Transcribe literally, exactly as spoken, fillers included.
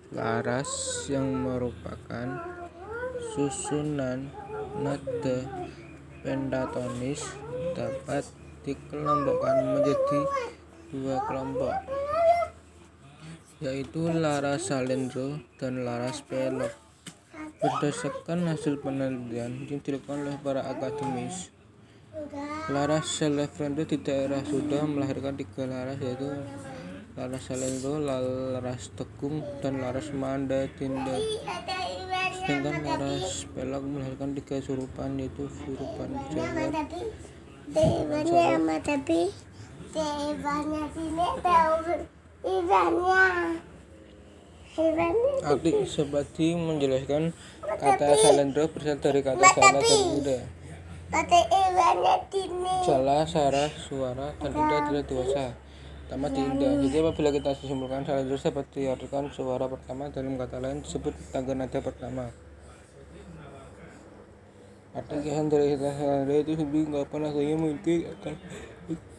Laras yang merupakan susunan nada pentatonis dapat dikelompokkan menjadi dua kelompok, yaitu laras salendro dan laras pelok. Berdasarkan hasil penelitian yang dilakukan oleh para akademis, laras salendro di daerah sudah melahirkan tiga laras, yaitu laras salendro, laras tegung, dan laras mandatinda. Sedangkan laras pelok melahirkan tiga surupan, yaitu surupan Jawa, Atik Sebadi menjelaskan kata salendro berasal dari kata sala dan inda. Sala, sara, suara, dan inda adalah dewasa pertama di inda. Jadi apabila kita simpulkan, salendro dapat diartikan suara pertama, dalam kata lain disebut tangga nada pertama. Arti kesan dari kata salendro itu sendiri ungkapan aslinya memiliki akan